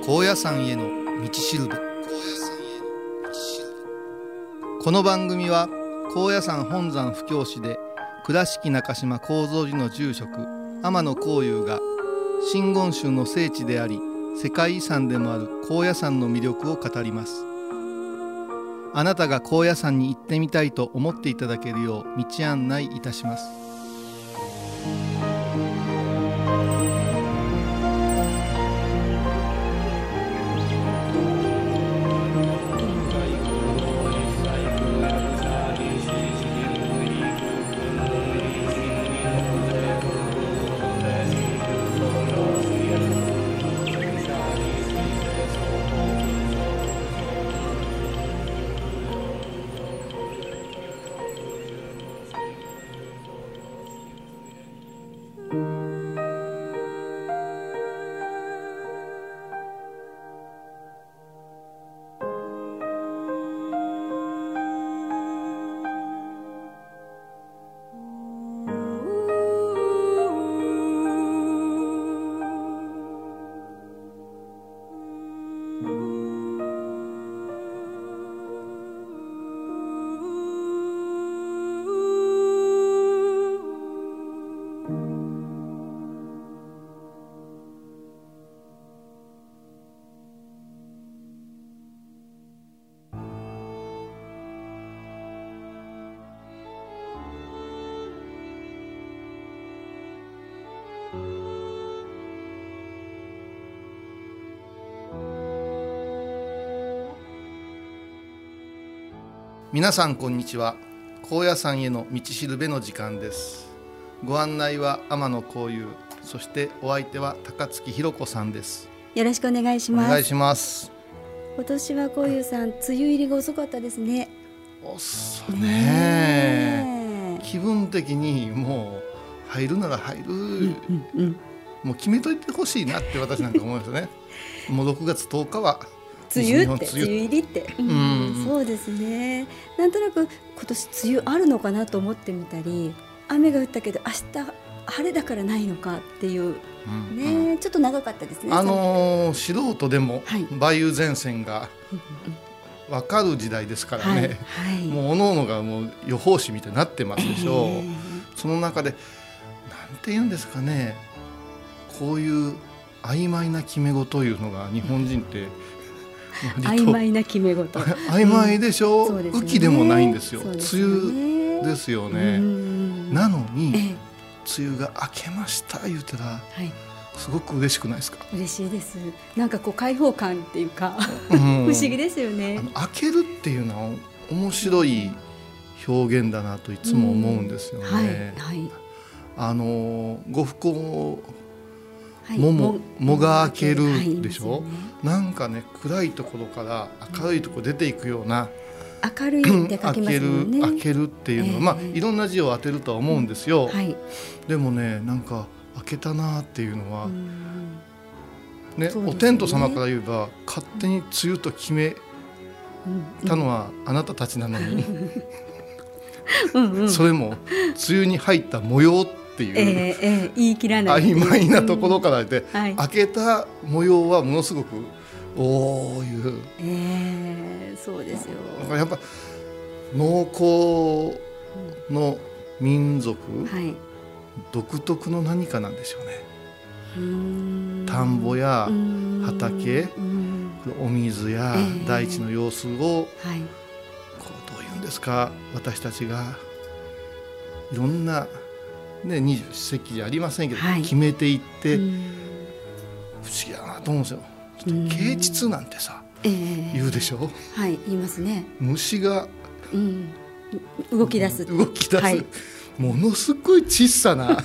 高野山への道しるべ。この番組は高野山本山布教師で倉敷中島高蔵寺の住職天野幸雄が真言宗の聖地であり世界遺産でもある高野山の魅力を語ります。あなたが高野山に行ってみたいと思っていただけるよう道案内いたします。皆さんこんにちは。高野山への道しるべの時間です。ご案内は天野幸雄、そしてお相手は高槻ひろ子さんです。 よろしくお願いします。 お願いします。 今年は幸雄さん、梅雨入りが遅かったですね。 遅ね。気分的にもう入るなら入る、もう決めといてほしいなって私なんか思いますね。もう6月10日は梅雨入りって、そうですね。なんとなく今年梅雨あるのかなと思ってみたり、雨が降ったけど明日晴れだからないのかっていう、ちょっと長かったですね。 素人でも梅雨前線が分かる時代ですからね、もう各々がもう予報士みたいになってますでしょう。その中でなんて言うんですかね、こういう曖昧な決め事というのが日本人って曖昧な決め事、 曖昧でしょ、雨季でもないんですよ。梅雨ですよね。なのに梅雨が明けました言うたら、すごく嬉しくないですか？ 嬉しいです。なんかこう開放感っていうか不思議ですよね。 明けるっていうのは面白い表現だなといつも思うんですよね。ご不幸もが明けるでしょ、なんかね、暗いところから明るいところ出ていくような、 明るいって書きますよね。 明けるっていうのは、いろんな字を当てるとは思うんですよ、でもね、なんか明けたなっていうのは、お天道様から言えば勝手に梅雨と決めたのはあなたたちなのにそれも梅雨に入った模様っていう、 言い切らない曖昧なところからで、明けた模様はものすごくいう、 そうですよ。 だからやっぱ農耕の民族、独特の何かなんでしょうね。田んぼや畑、お水や大地の様子を、こうどういうんですか、私たちがいろんな二十四節気じゃありませんけど、決めていって不思議だなと思うんですよ。啓蟄なんてさ、言うでしょ。 言いますね。 虫が、 動き出す、 ものすごい小さな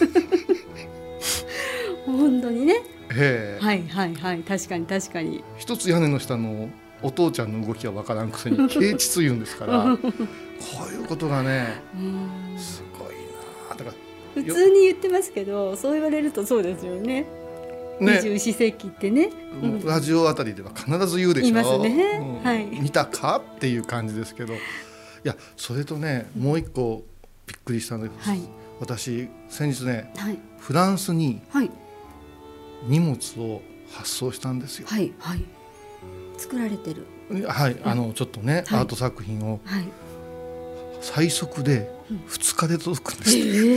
本当にね。確かに確かに。 一つ屋根の下のお父ちゃんの動きは分からんくせに啓蟄言うんですからこういうことがね、すごいな。だから普通に言ってますけど、そう言われるとそうですよね。二十四節気ってね、 ラジオあたりでは必ず言うでしょ。 言いますね。 見たかっていう感じですけど、いや、それとね、もう一個びっくりしたんです。私先日ね、フランスに荷物を発想したんですよ。 はいはい、作られてる、 はい、ちょっとね、アート作品を最速で2日で届くんです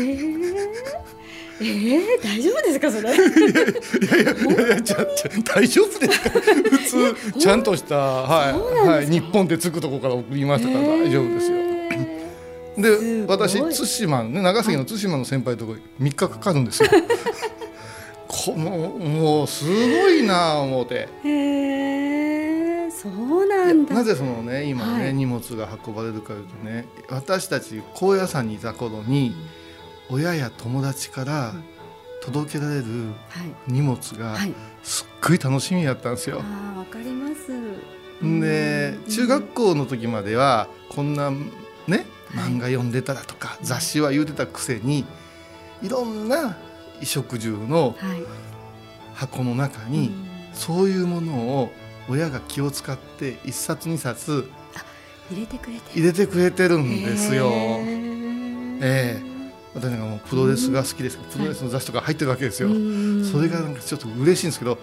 って大丈夫ですかそれ？いや大丈夫ですか？普通ちゃんとした、はい、日本で着くとこから送りましたから大丈夫ですよ。で私対馬ね、長崎の対馬の先輩のところ3日かかるんですよ。もうすごいな思って。 そうなんだ。 なぜそのね今ね、荷物が運ばれるかというとね、私たち高野山にいた頃に、親や友達から届けられる荷物がすっごい楽しみやったんですよ。 わかります。 で中学校の時まではこんなね漫画読んでたらとか、雑誌は言うてたくせに、いろんな衣食住の箱の中にそういうものを親が気を使って1冊2冊入れてくれてるんですよ。私なんかもうプロレスが好きですから、プロレスの雑誌とか入ってるわけですよ。それがなんかちょっと嬉しいんですけど、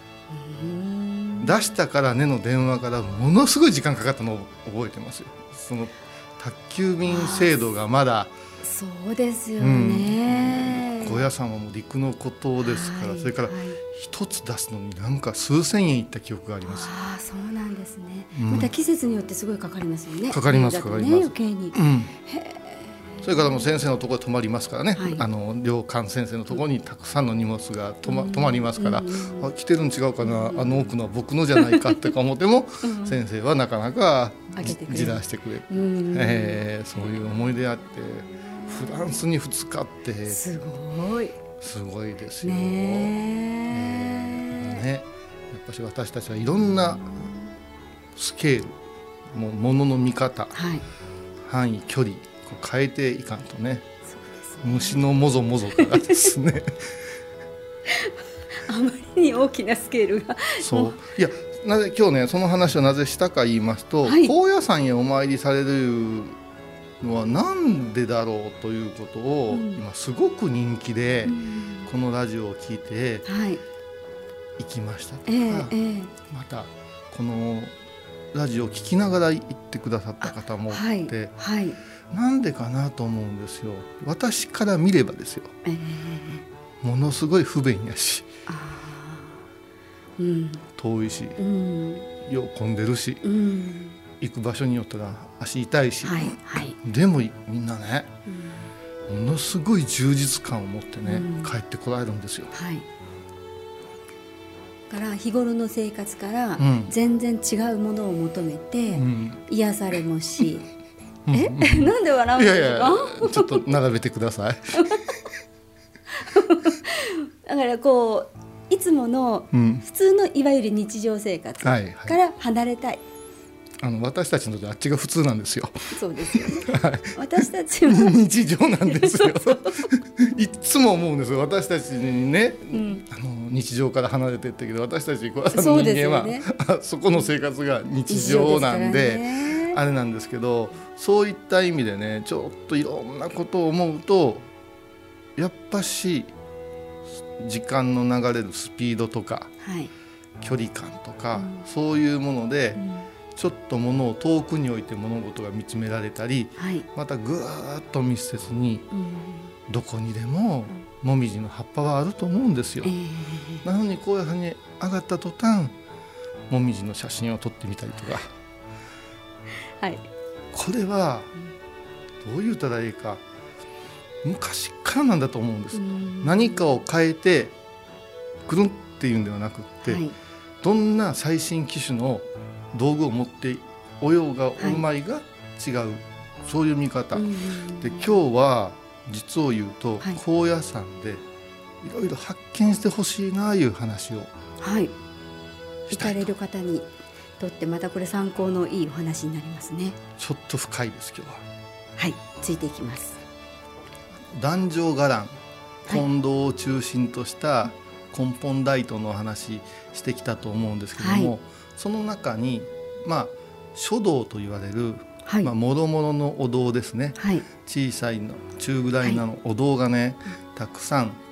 出したからねの電話からものすごい時間かかったのを覚えてますよ。その宅急便制度がまだ、 そうですよね、 高野山はもう陸の孤島ですから、それから一つ出すのになんか数千円いった記憶があります。 そうなんですね、また季節によってすごいかかりますよね。 かかります余計に、 それからもう先生のところに泊まりますからね、良寛先生のところにたくさんの荷物が泊まりますから、来てるん違うかな、奥のは僕のじゃないかって思っても、先生はなかなかじらしてくれる、そういう思い出あって、フランスに2日ってすごいですよ。やっぱし私たちはいろんなスケール、ものの見方、範囲距離変えていかんとね。虫のもぞもぞからですねあまりに大きなスケールがそういや、なぜ今日ねその話をなぜしたか言いますと、高野山へお参りされるのはなんでだろうということを、今すごく人気で、このラジオを聞いて行きましたとか、またこのラジオを聞きながら行ってくださった方もいて、なんでかなと思うんですよ。私から見ればですよ、ものすごい不便やし、遠いし、よう混んでるし、行く場所によったら足痛いし、でもみんなね、ものすごい充実感を持ってね、帰ってこられるんですよ。 から日頃の生活から全然違うものを求めて癒されもし、なんで笑うんですか？ ちょっと並べてくださいだからこういつもの普通のいわゆる日常生活から離れたい、 私たちのあっちが普通なんですよ。 そうですよね、私たちは日常なんですよいつも思うんですよ。私たちにね、日常から離れてってけど、私たち小朝の人間は そこの生活が日常なんであれなんですけど、そういった意味でね、ちょっといろんなことを思うと、やっぱし時間の流れるスピードとか、距離感とか、そういうもので、ちょっとものを遠くに置いて物事が見つめられたり、またぐーっと密接に、どこにでももみじの葉っぱはあると思うんですよ。なのに高野山に上がった途端、もみじの写真を撮ってみたりとか、これはどう言ったらいいか、昔からなんだと思うんです。何かを変えてくるんっていうんではなくって、どんな最新機種の道具を持っておようがおまいが違う、そういう見方で、今日は実を言うと、高野山でいろいろ発見してほしいないう話を行かれる方にとってまたこれ参考のいいお話になりますね。 ちょっと深いです今日は。 ついていきます。 壇上伽藍、金堂を中心とした根本大塔のお話してきたと思うんですけども、その中に書道と言われる、もろもろのお堂ですね、小さいの中ぐらいのお堂がね、たくさん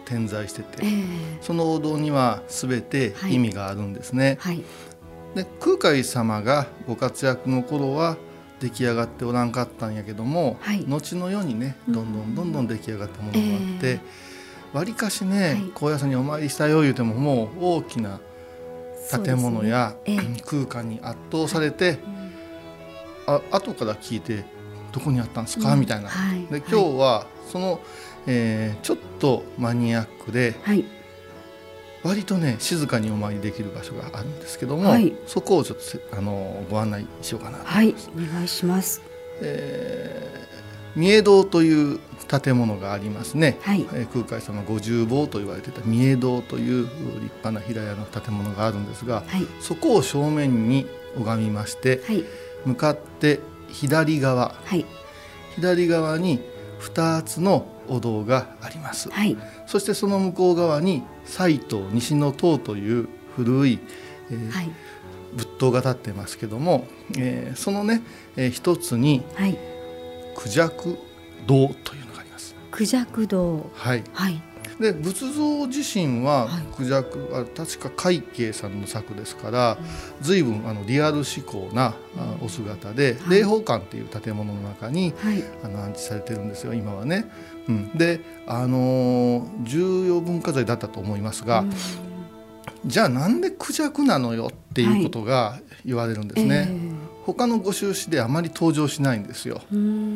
点在してて、そのお堂には全て意味があるんですね、はいはい、で空海様がご活躍の頃は出来上がっておらんかったんやけども、はい、後の世にねどんどん出来上がったものがあって、わりかしね、高野山にお参りしたよ言うてももう大きな建物や空間に圧倒されて、後から聞いてどこにあったんですか、みたいな、で今日はその、ちょっとマニアックで、割とね静かにお参りできる場所があるんですけども、そこをちょっとご案内しようかなと思います。 お願いします。 御栄堂という建物がありますね、空海様ご重坊と言われていた御栄堂という立派な平屋の建物があるんですが、そこを正面に拝みまして、向かって左側に2つのお堂があります、そしてその向こう側に西東西の塔という古い、仏塔が建ってますけども、そのね、一つに、孔雀堂というのがあります。 孔雀堂、 で仏像自身は孔雀は確か快慶さんの作ですから、随分リアル志向なお姿で、霊宝館っていう建物の中に安置されてるんですよ今はね、で重要文化財だったと思いますが、じゃあなんで孔雀なのよっていうことが言われるんですね、他の御宗祠であまり登場しないんですよ。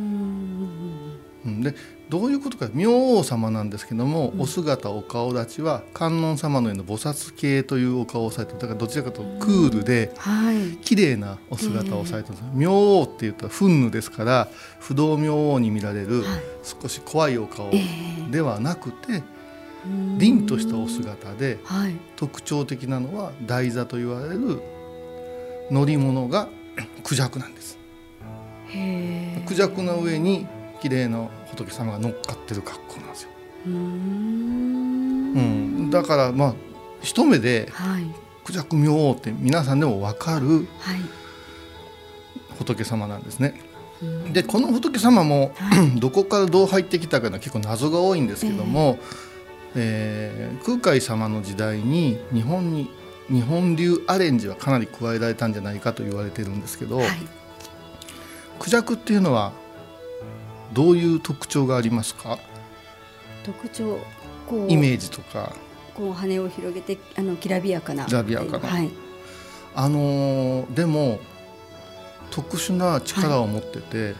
でどういうことか、明王様なんですけども、お姿お顔立ちは観音様のような菩薩系というお顔をされて、だからどちらかというとクールで綺麗なお姿をされています、明王っていうと憤怒ですから、不動明王に見られる少し怖いお顔ではなくて、凛としたお姿で、特徴的なのは台座と言われる乗り物が孔雀なんです。孔雀の上に綺麗な仏様が乗っかってる格好なんですよ。だから一目で孔雀明王って皆さんでも分かる仏様なんですね。でこの仏様もどこからどう入ってきたかの結構謎が多いんですけども、空海様の時代に日本流アレンジはかなり加えられたんじゃないかと言われてるんですけど、孔雀っていうのはどういう特徴がありますか？ 特徴、 イメージとか。 羽を広げてきらびやかな。 でも特殊な力を持ってて、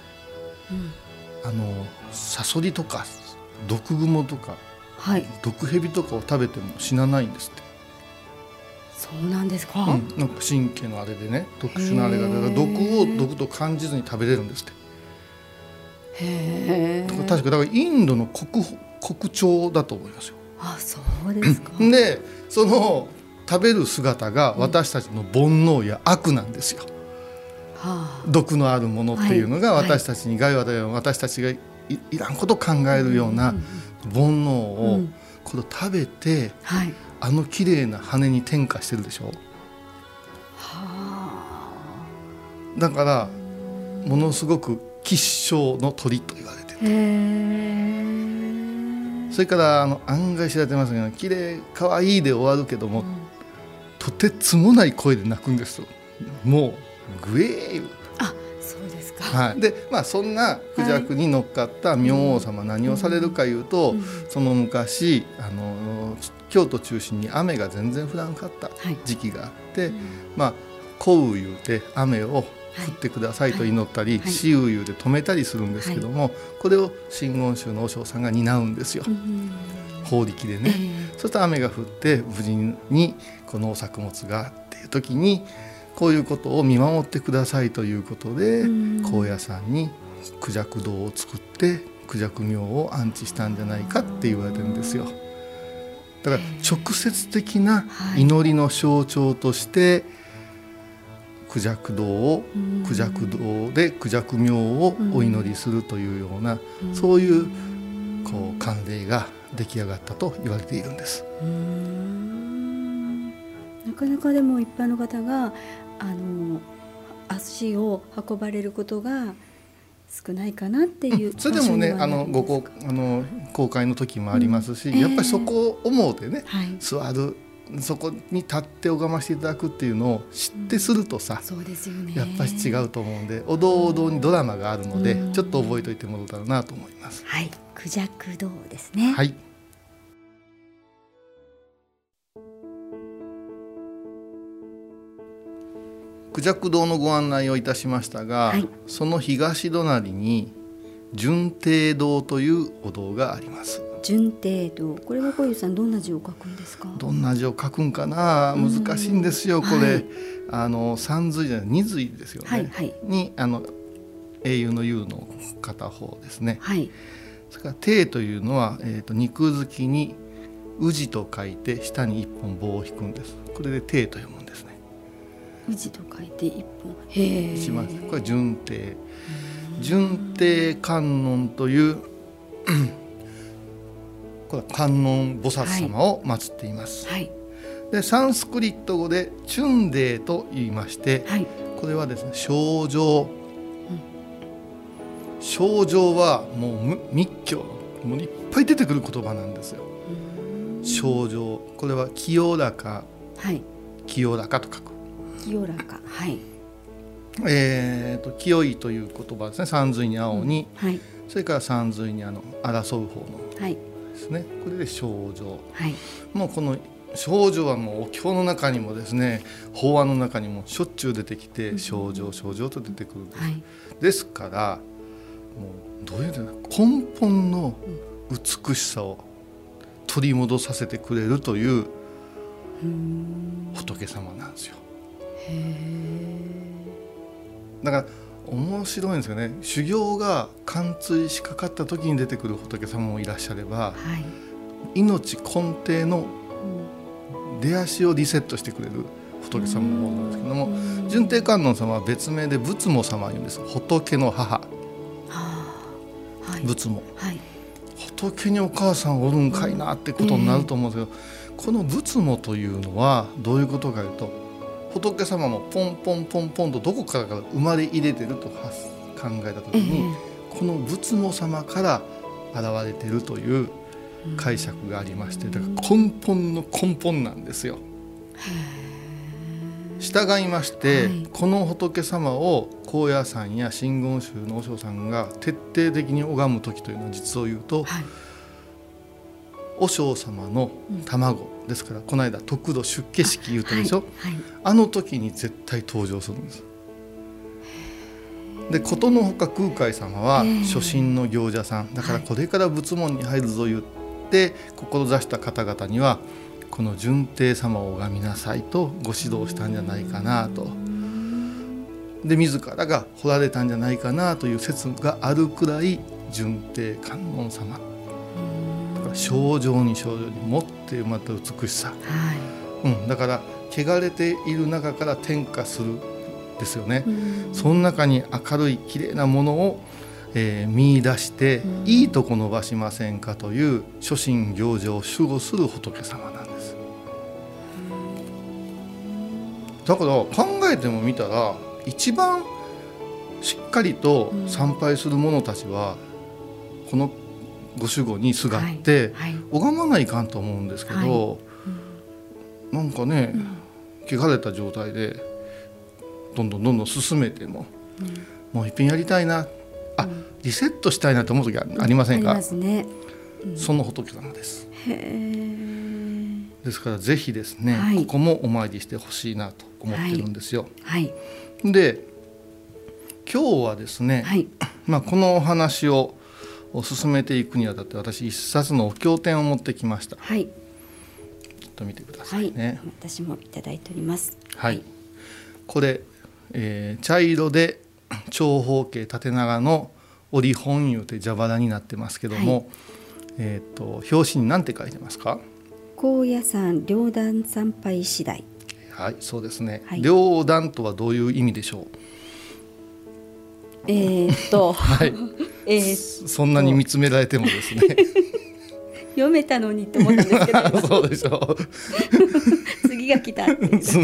サソリとか毒グモとか、毒ヘビとかを食べても死なないんですって。 そうなんですか？ なんか神経のあれでね、特殊なあれが、だから毒を毒と感じずに食べれるんですって。確かだからインドの国鳥だと思いますよ。 そうですか。 でその食べる姿が私たちの煩悩や悪なんですよ、毒のあるものっていうのが私たちに害を与える、私たちが いらんことを考えるような煩悩をこれを食べて、綺麗な羽に転化してるでしょ。だからものすごく吉祥の鳥と言われてる。それから案外知られてますが、綺麗かわいいで終わるけども、とてつもない声で鳴くんですよ。もうグエー。 そうですか。 でそんな孔雀に乗っかった明王様、何をされるかいうと、その昔京都中心に雨が全然降らんかった時期があって、降雨いうて雨を降ってくださいと祈ったり、死雨いうで止めたりするんですけども、これを真言宗の和尚さんが担うんですよ、法力でね。そしたら雨が降って無事にこの作物がっていう時に、こういうことを見守ってくださいということで、高野山に孔雀堂を作って孔雀明を安置したんじゃないかって言われてるんですよ。だから直接的な祈りの象徴として孔雀堂で孔雀明をお祈りするというような、そういう慣例が出来上がったと言われているんです。 なかなかでも一般の方が足を運ばれることが少ないかなっていう、 それでもね公開の時もありますし、やっぱりそこを思うてね、座るそこに立って拝ましていただくっていうのを知ってするとさ、 そうですよね、 やっぱり違うと思うんで、お堂お堂にドラマがあるので、ちょっと覚えておいてもらったらなと思います。 はい、孔雀堂ですね。 はい。孔雀堂のご案内をいたしましたが、その東隣に順帝堂というお堂があります。 順帝堂、これは小遊さんどんな字を書くんですか？ どんな字を書くんかな、難しいんですよこれ、三髄じゃない二髄ですよね、に英雄の雄の片方ですね、それから帝というのは、肉付きに宇治と書いて下に一本棒を引くんです。これで帝と読むんですね。 宇治と書いて一本、へー、これ順帝、順帝観音というこれは観音菩薩様を祀っています、でサンスクリット語でチュンデーと言いまして、これはですね清浄、清浄はもう密教もういっぱい出てくる言葉なんですよ。清浄、これは清らか、清らかと書く、 清らか、 清いという言葉ですね。三髄に青に、それから三髄に争う方のですね、これで清浄、もうこの清浄はもうお経の中にもですね、法話の中にもしょっちゅう出てきて、清浄清浄と出てくるんです、ですからもうどういう根本の美しさを取り戻させてくれるという仏様なんですよ。だから面白いんですよね。修行が貫通しかかった時に出てくる仏様もいらっしゃれば、命根底の出足をリセットしてくれる仏様もなんですけども、順帝観音様は別名で仏母様言うんです。仏の母、仏母、仏にお母さんおるんかいなってことになると思うんですけど、この仏母というのはどういうことかというと、仏様もポンポンポンポンとどこからか生まれ入れてると考えた時に、この仏母様から現れているという解釈がありまして、だから根本の根本なんですよ。従いまして、この仏様を高野山や真言宗の和尚さんが徹底的に拝む時というのは、実を言うと、和尚様の卵ですから、この間得度出家式言うたでしょ、あの時に絶対登場するんです。でことのほか空海様は初心の行者さんだから、これから仏門に入るぞ言って志した方々には、この順帝様を拝みなさいとご指導したんじゃないかなと、で自らが彫られたんじゃないかなという説があるくらい、順帝観音様、清浄に清浄に持って生まれた美しさ、だから汚れている中から転化するですよね。その中に明るい綺麗なものを、見出して、いいとこ伸ばしませんかという諸神行者を守護する仏様なんです。だから考えてもみたら、一番しっかりと参拝する者たちはこのご守護にすがって拝まないかんと思うんですけど、なんかね、汚れた状態でどんどん進めても、もう一遍やりたいな、リセットしたいなと思う時ありませんか？ありますね。その仏様です。ですからぜひですね、ここもお参りしてほしいなと思ってるんですよ。で今日はですね、このお話を進めていくにあたって、私一冊のお経典を持ってきました。ちょっと見てくださいね。 私もいただいております。 これ、茶色で長方形縦長の折本いうて蛇腹になってますけども、表紙に何て書いてますか？ 高野山両断参拝次第。 そうですね、両断とはどういう意味でしょう？そんなに見つめられてもですね読めたのにと思ったんですけどそうでしょう次が来たって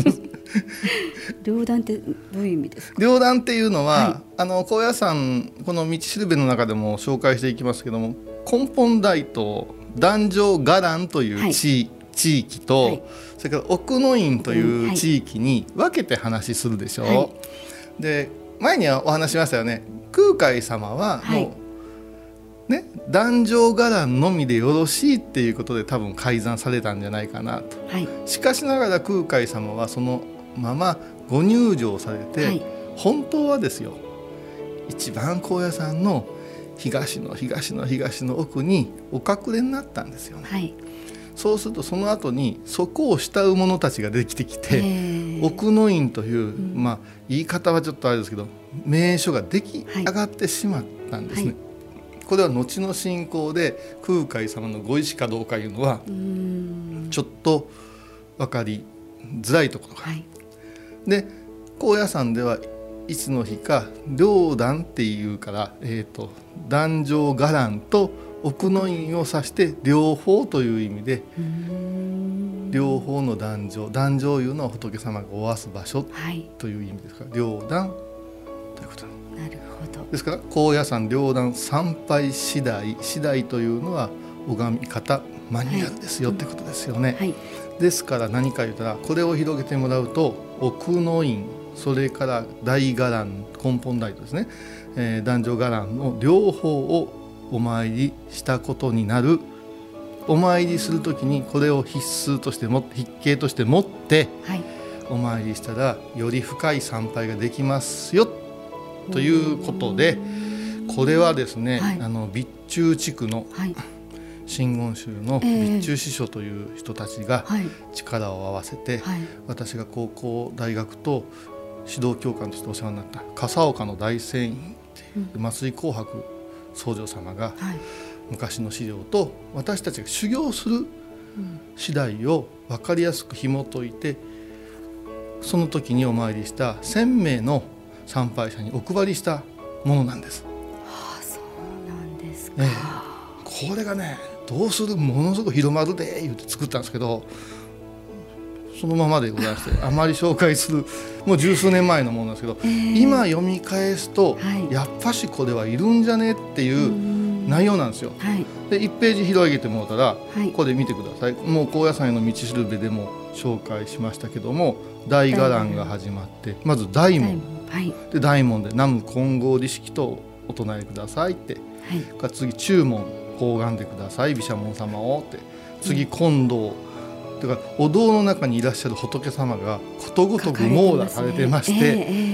両断ってどういう意味ですか？ 両断っていうのは、高野山この道しるべの中でも紹介していきますけども、根本大東壇上伽藍という地域と、それから奥の院という地域に分けて話するでしょう、で前にはお話しましたよね。空海様はもう、壇上伽藍のみでよろしいっていうことで多分改ざんされたんじゃないかなと、しかしながら空海様はそのままご入場されて、本当はですよ、一番高野山の東の奥にお隠れになったんですよね、そうするとその後にそこを慕う者たちができてきて、奥の院という、言い方はちょっとあれですけど名所が出来上がってしまったんですね、これは後の信仰で空海様のご意思かどうかいうのはちょっと分かりづらいところがある、で高野山ではいつの日か両断っていうから、壇上伽藍と奥の院を指して両方という意味で、両方の壇上いうのは仏様がおわす場所という意味ですから、両断ということなるほど。 ですから高野山両断参拝次第というのは拝み方マニュアルですよってことですよね、ですから何か言ったらこれを広げてもらうと、奥の院それから大伽藍根本大とですね、壇上伽藍の両方をお参りしたことになる。お参りするときにこれを必須として筆形として持って、お参りしたらより深い参拝ができますよということで、これはですね、備中地区の真言宗の備中師匠という人たちが力を合わせて、私が高校大学と指導教官としてお世話になった笠岡の大仙院っていう松井紅白僧正様が昔の資料と私たちが修行する次第を分かりやすく紐解いて、その時にお参りした1000名の参拝者にお配りしたものなんです。 そうなんですか、 これがね、どうするものすごく広まるで言って作ったんですけど、そのままでございましてあまり紹介するもう十数年前のものなんですけど、今読み返すと、やっぱしこれはいるんじゃねっていう内容なんですよ、で1ページ広げてもらったら、これ見てください。もう高野山への道しるべでも紹介しましたけども、大伽藍が始まって、まず大門、で大門で南無金剛利式とお唱えくださいって、次中門拝んでください毘沙門様をって、次金堂、だからお堂の中にいらっしゃる仏様がことごとく網羅されてまして、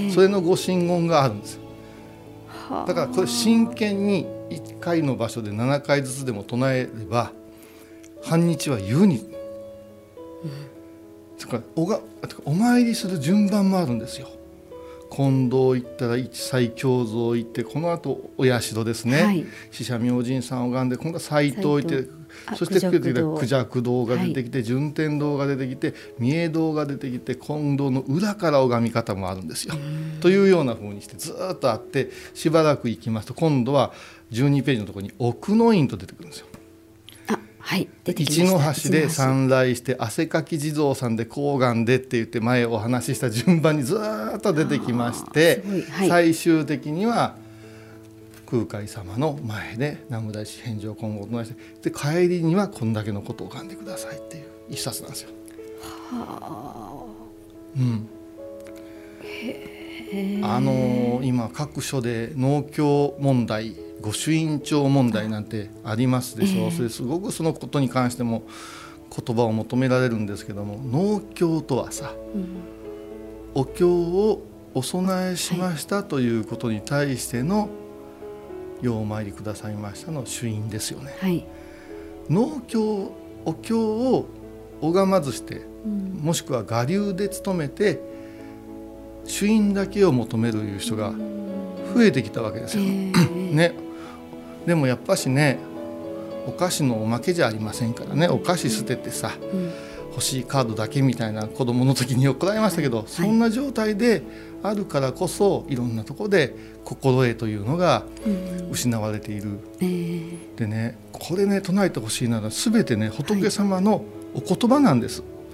それのご神言があるんです。だからこれ真剣に1回の場所で7回ずつでも唱えれば半日は優に、だからお参りする順番もあるんですよ。金堂行ったら一切経蔵行って、この後お社ですね、四社明神さんを拝んで、今度は斎藤行って、そして孔雀堂が出てきて、順天堂が出てきて、御栄堂が出てきて、金堂の裏から拝み方もあるんですよ。というような風にしてずっとあって、しばらく行きますと今度は12ページのところに奥の院と出てくるんですよ。一の橋で参来して汗かき地蔵さんで高岩でって言って前お話しした順番にずっと出てきまして、最終的には空海様の前で南無大師返上金剛を唱えて、で帰りにはこんだけのことを拝んでくださいっていう一冊なんですよ。今各所で農協問題、御朱印帳問題なんてありますでしょう、それすごくそのことに関しても言葉を求められるんですけども、農協とはさ、お経をお供えしましたということに対してのようお参りくださいましたの朱印ですよね、農協お経を拝まずして、もしくは我流で務めて朱印だけを求めるいう人が増えてきたわけですよ、でもやっぱしね、お菓子のおまけじゃありませんからね、お菓子捨ててさ、欲しいカードだけみたいな子供の時に怒られましたけど、そんな状態であるからこそいろんなところで心得というのが失われている、でね、これね唱えてほしいなら全てね仏様のお言葉なんです。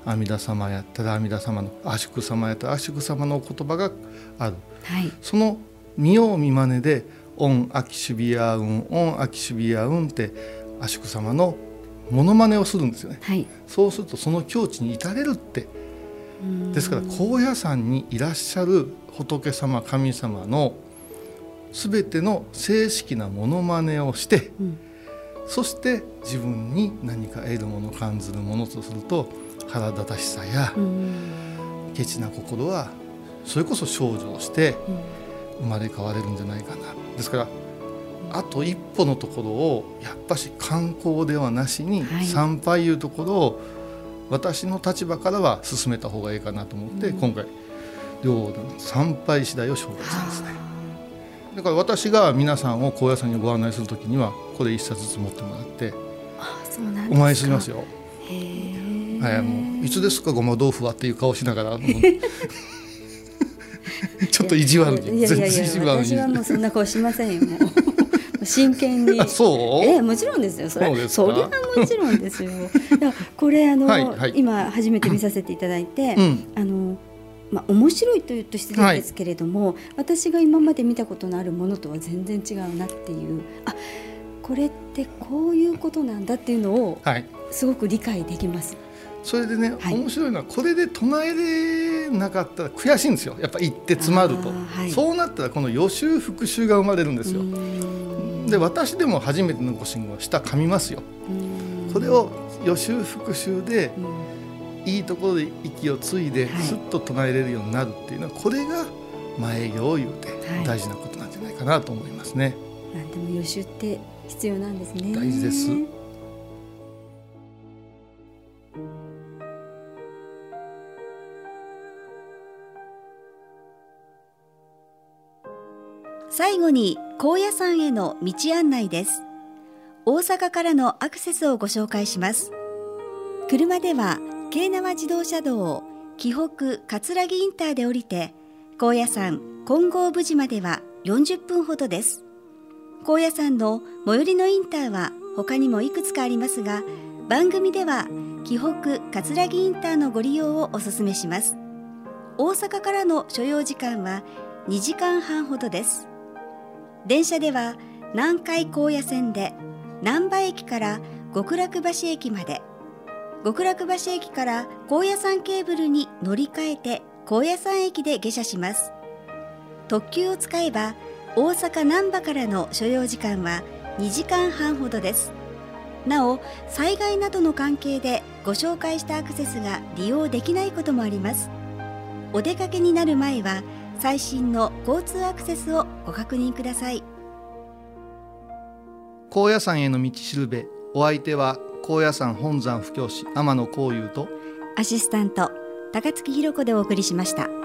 阿弥陀様やったら阿弥陀様の、阿宿様やったら阿宿様の言葉がある、はい、その見よう見まねでオンアキシュビアウンオンアキシュビアウンって阿宿様のモノマネをするんですよね、はい、そうするとその境地に至れるって。ですから高野山にいらっしゃる仏様神様の全ての正式なモノマネをして、そして自分に何か得るもの感じるものとすると腹立たしさやケチな心はそれこそ少女して生まれ変われるんじゃないかな。ですからあと一歩のところをやっぱし観光ではなしに参拝いうところを私の立場からは進めた方がいいかなと思って、今回両参拝次第を紹介したんですね。だから私が皆さんを高野山にご案内するときにはこれ一冊ずつ持ってもらってお参りしますよ。もういつですかごま豆腐はっていう顔しながらちょっと意地悪に。 私はもうそんな顔しませんよ。もう真剣に。 そう？ もちろんですよ。それはもちろんですよ。これ今初めて見させていただいて、面白いというと失礼ですけれども、私が今まで見たことのあるものとは全然違うなっていう、これってこういうことなんだっていうのをすごく理解できます。 それでね、面白いのはこれで唱えれなかったら悔しいんですよ。やっぱ行って詰まると、そうなったらこの予習復習が生まれるんですよ。で私でも初めての御神言は舌噛みますよ。これを予習復習でいいところで息をついですっと唱えれるようになるっていうのは、これが前行を言うて大事なことなんじゃないかなと思いますね。 なんでも予習って必要なんですね。 大事です。 最後に高野山への道案内です。大阪からのアクセスをご紹介します。車では京奈和自動車道紀北葛城インターで降りて高野山金剛峯寺までは40分ほどです。高野山の最寄りのインターは他にもいくつかありますが、番組では紀北葛城インターのご利用をお勧めします。大阪からの所要時間は2時間半ほどです。電車では南海高野線で難波駅から極楽橋駅まで、極楽橋駅から高野山ケーブルに乗り換えて高野山駅で下車します。特急を使えば大阪難波からの所要時間は2時間半ほどです。なお災害などの関係でご紹介したアクセスが利用できないこともあります。お出かけになる前は最新の交通アクセスをご確認ください。 高野山への道しるべ、お相手は高野山本山布教師天野幸雄とアシスタント高槻弘子でお送りしました。